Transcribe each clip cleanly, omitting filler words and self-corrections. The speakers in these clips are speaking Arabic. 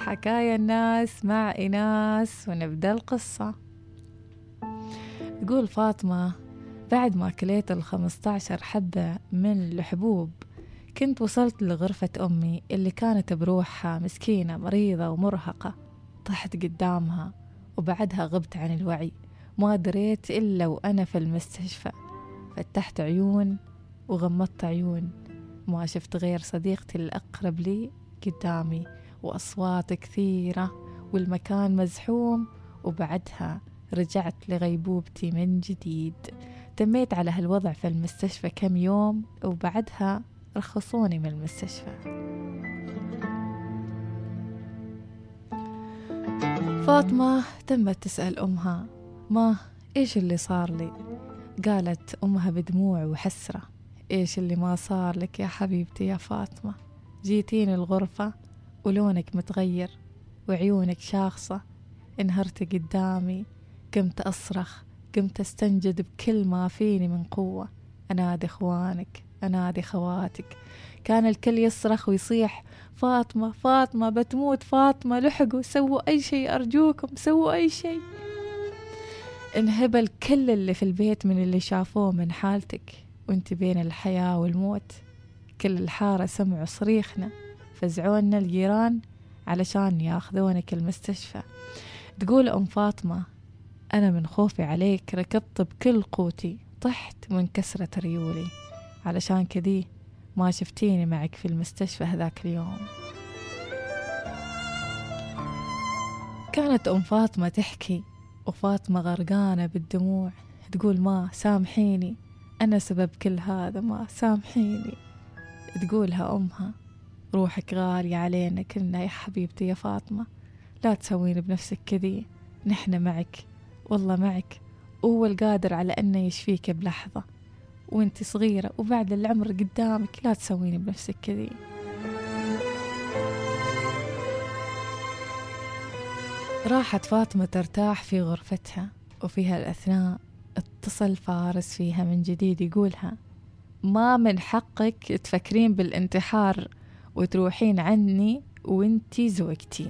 حكاية الناس مع إناس، ونبدأ القصة. تقول فاطمة: بعد ما كليت 15 حبة من الحبوب كنت وصلت لغرفة أمي اللي كانت بروحها مسكينة مريضة ومرهقة. طحت قدامها وبعدها غبت عن الوعي، ما دريت إلا وأنا في المستشفى. فتحت عيون وغمضت عيون، ما شفت غير صديقتي الأقرب لي قدامي، وأصوات كثيرة والمكان مزحوم. وبعدها رجعت لغيبوبتي من جديد. تميت على هالوضع في المستشفى كم يوم، وبعدها رخصوني من المستشفى. فاطمة تمت تسأل أمها: ما إيش اللي صار لي؟ قالت أمها بدموع وحسرة: إيش اللي ما صار لك يا حبيبتي يا فاطمة؟ جيتيني الغرفة ولونك متغير وعيونك شاخصة. انهرت قدامي، قمت أصرخ، قمت أستنجد بكل ما فيني من قوة، أنادي إخوانك، أنادي خواتك. كان الكل يصرخ ويصيح: فاطمة فاطمة بتموت، فاطمة لحقوا، سووا أي شيء أرجوكم، سووا أي شيء. انهبل كل اللي في البيت من اللي شافوه من حالتك وانت بين الحياة والموت. كل الحارة سمعوا صريخنا، فزعونا الجيران علشان ياخذونك المستشفى. تقول أم فاطمة: أنا من خوفي عليك ركضت بكل قوتي، طحت وانكسرت ريولي، علشان كذي ما شفتيني معك في المستشفى هذاك اليوم. كانت أم فاطمة تحكي وفاطمة غرقانة بالدموع، تقول: ما سامحيني، أنا سبب كل هذا، ما سامحيني. تقولها أمها: روحك غالية علينا كلنا يا حبيبتي يا فاطمة، لا تسوين بنفسك كذي، نحن معك، والله معك، وهو القادر على أنه يشفيك بلحظة، وانت صغيرة وبعد العمر قدامك، لا تسوين بنفسك كذي. راحت فاطمة ترتاح في غرفتها، وفي هالأثناء اتصل فارس فيها من جديد يقولها: ما من حقك تفكرين بالانتحار وتروحين عني وانتي زوجتي.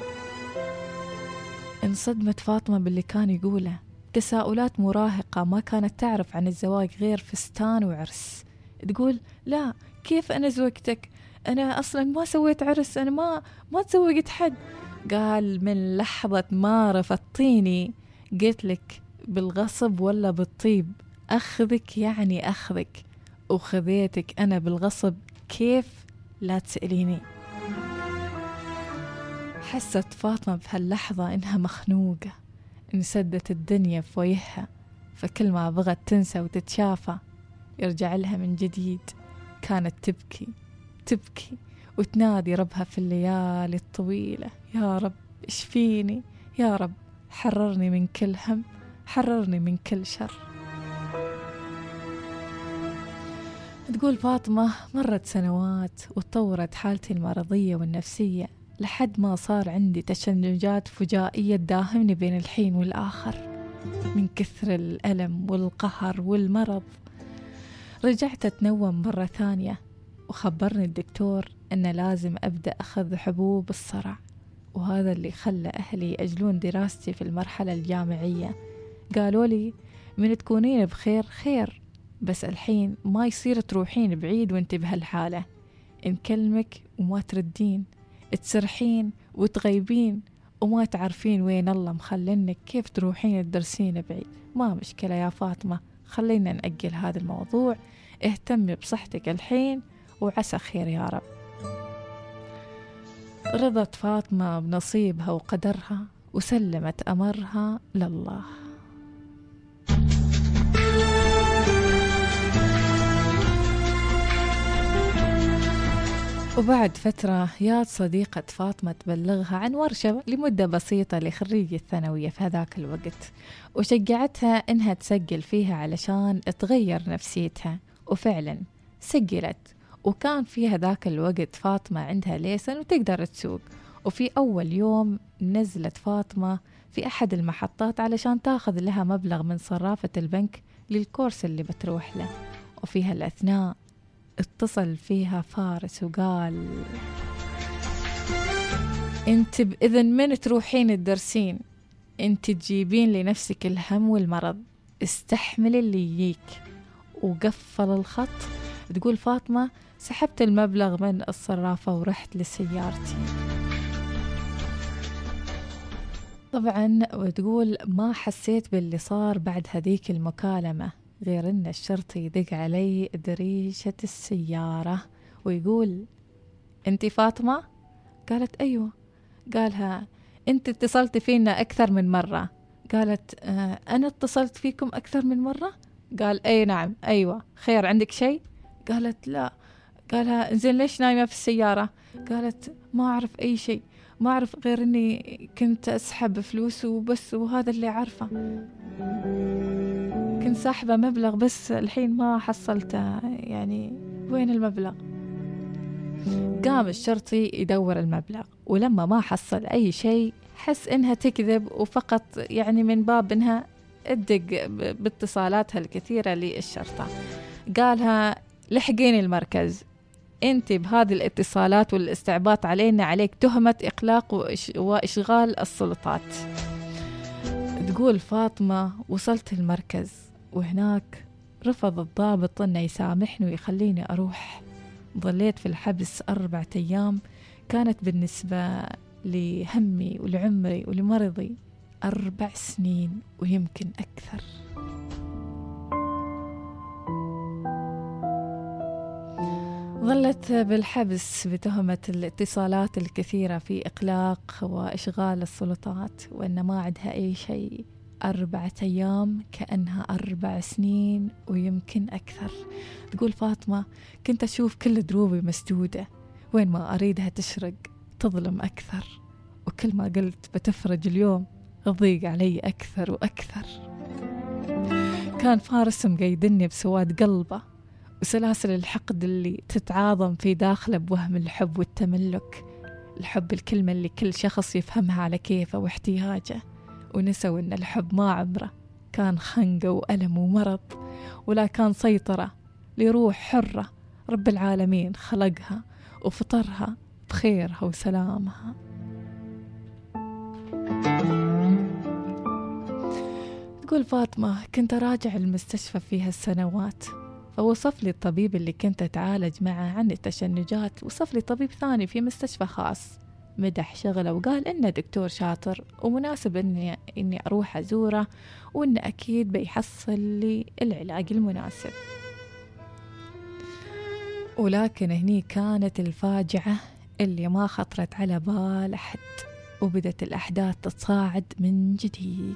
انصدمت فاطمة باللي كان يقوله، تساؤلات مراهقة ما كانت تعرف عن الزواج غير فستان وعرس. تقول: لا، كيف أنا زوجتك؟ أنا أصلا ما سويت عرس، أنا ما تزوجت حد. قال: من لحظة ما رفضتيني قلت لك بالغصب ولا بالطيب، أخذك يعني أخذك، وخذيتك أنا بالغصب، كيف؟ لا تسأليني. حست فاطمة بهاللحظة إنها مخنوقة، انسدت الدنيا في وجهها، فكل ما بغت تنسى وتتشافى يرجع لها من جديد. كانت تبكي تبكي وتنادي ربها في الليالي الطويلة: يا رب اشفيني، يا رب حررني من كل هم، حررني من كل شر. تقول فاطمة: مرت سنوات وتطورت حالتي المرضية والنفسية لحد ما صار عندي تشنجات فجائية تداهمني بين الحين والآخر من كثر الألم والقهر والمرض. رجعت أتنوم مرة ثانية، وخبرني الدكتور أن لازم أبدأ أخذ حبوب الصرع، وهذا اللي خلى أهلي أجلون دراستي في المرحلة الجامعية. قالوا لي: من تكونين بخير خير، بس الحين ما يصير تروحين بعيد وانت بهالحالة، نكلمك وما تردين، تسرحين وتغيبين وما تعرفين وين الله مخلنك، كيف تروحين تدرسين بعيد؟ ما مشكلة يا فاطمة، خلينا نأجل هذا الموضوع، اهتمي بصحتك الحين وعسى خير يا رب. رضت فاطمة بنصيبها وقدرها وسلمت أمرها لله. وبعد فترة يا صديقة فاطمة تبلغها عن ورشة لمدة بسيطة لخريجي الثانوية في هذاك الوقت، وشجعتها إنها تسجل فيها علشان تغير نفسيتها. وفعلا سجلت، وكان في هذاك الوقت فاطمة عندها ليسن وتقدر تسوق. وفي أول يوم نزلت فاطمة في أحد المحطات علشان تاخذ لها مبلغ من صرافة البنك للكورس اللي بتروح له. وفي هالأثناء اتصل فيها فارس وقال: انت بإذن من تروحين الدرسين، انت تجيبين لنفسك الهم والمرض، استحمل اللي يجيك. وقفل الخط. تقول فاطمة سحبت المبلغ من الصرافة ورحت لسيارتي. طبعا وتقول ما حسيت باللي صار بعد هذيك المكالمة، غير ان الشرطي يدق علي دريشة السيارة ويقول انتي فاطمة؟ قالت ايوه. قالها انت اتصلت فينا اكثر من مرة. قالت انا اتصلت فيكم اكثر من مرة؟ قال اي نعم ايوه، خير عندك شيء؟ قالت لا. قالها زين ليش نايمة في السيارة؟ قالت ما اعرف اي شيء، ما اعرف غير اني كنت اسحب فلوس وبس، وهذا اللي عارفه، كنت ساحبة مبلغ بس الحين ما حصلته، يعني وين المبلغ؟ قام الشرطي يدور المبلغ، ولما ما حصل أي شيء حس إنها تكذب، وفقط يعني من باب إنها تدق باتصالاتها الكثيرة للشرطة. قالها لحقين المركز، انت بهذه الاتصالات والاستعباط علينا عليك تهمة إقلاق وإشغال السلطات. تقول فاطمة وصلت المركز، وهناك رفض الضابط إنه يسامحني ويخليني أروح. ظليت في الحبس 4 أيام، كانت بالنسبة لهمي ولعمري ولمرضي 4 سنين ويمكن أكثر. ظلت بالحبس بتهمة الاتصالات الكثيرة في إقلاق وإشغال السلطات، وأن ما عندها أي شيء. 4 أيام كأنها 4 سنين ويمكن أكثر. تقول فاطمة كنت أشوف كل دروبي مسدودة، وين ما أريدها تشرق تظلم أكثر، وكل ما قلت بتفرج اليوم تضيق علي أكثر وأكثر. كان فارس مقيدني بسواد قلبه، وسلاسل الحقد اللي تتعاظم في داخله بوهم الحب والتملك. الحب الكلمة اللي كل شخص يفهمها على كيفه واحتياجه، ونسوا إن الحب ما عمره، كان خنقة وألم ومرض، ولا كان سيطرة لروح حرة رب العالمين خلقها وفطرها بخيرها وسلامها. تقول فاطمة كنت أراجع المستشفى في هالسنوات، فوصف لي الطبيب اللي كنت أتعالج معه عن التشنجات، وصف لي طبيب ثاني في مستشفى خاص، مدح شغله وقال إنه دكتور شاطر ومناسب إني أروح أزوره، وإنه أكيد بيحصل لي العلاج المناسب. ولكن هني كانت الفاجعة اللي ما خطرت على بال أحد، وبدت الأحداث تتصاعد من جديد.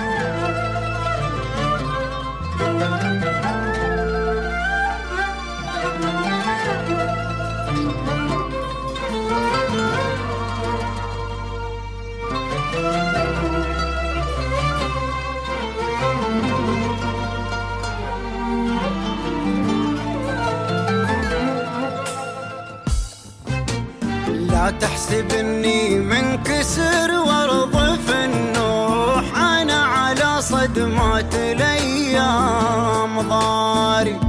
لا تحسب اني منكسر وارضف النوح، انا على صدمات الايام ضاري.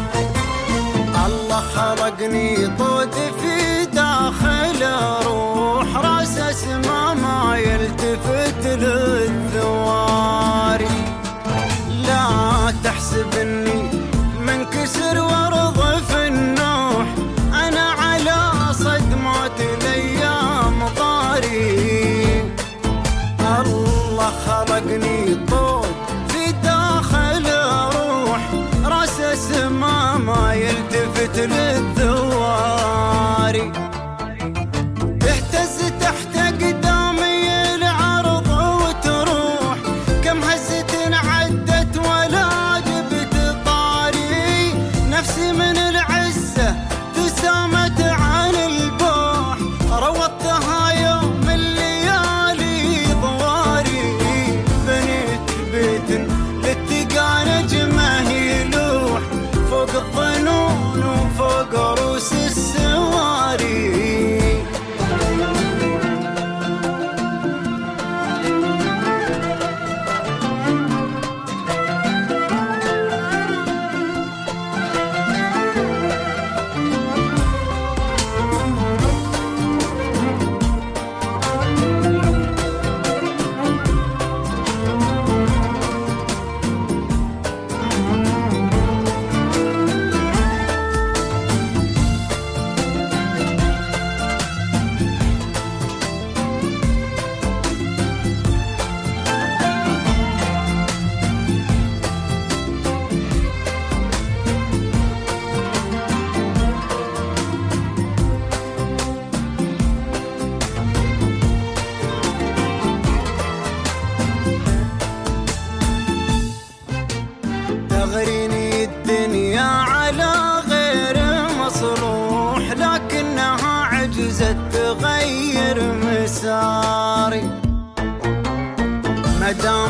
الله خلقني طود في داخل روح، راس اسمى ما يلتفت للذواري. لا تحسب اني منكسر وارضف النوح، انا على صدمات الايام ضاري. الله خلقني طود في داخل روح، راس اسمى ما يلتفت للذواري. اهتز تحت قدامي العرض وتروح، كم هزة عدت ولا جبت طاري. نفسي من العزة تسامت عن البوح، روضتها يوم الليالي ضواري. بنيت بيت للتقى نجمه يلوح، فوق الظنون وفوق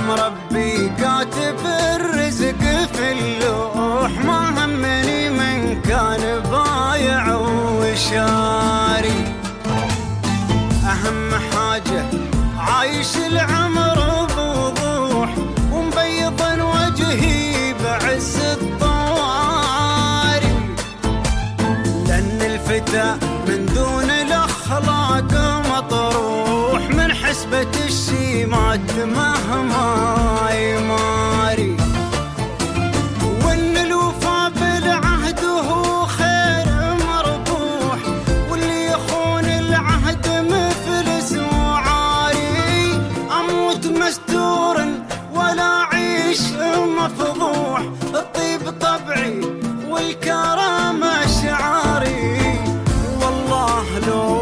مربي كاتب الرزق في اللوح، ما همني من كان بايع وشاري. أهم حاجة عايش العمر بوضوح، ومبيض وجهي بعز الطواري، لأن الفتى من دون الأخلاق مطروح، من حسبة الشيمات مهما يماري. وإن الوفا بالعهد هو خير مربوح، واللي يخون العهد مفلس وعاري. أموت مستور ولا أعيش مفضوح، الطيب طبعي والكرامة شعاري. والله لو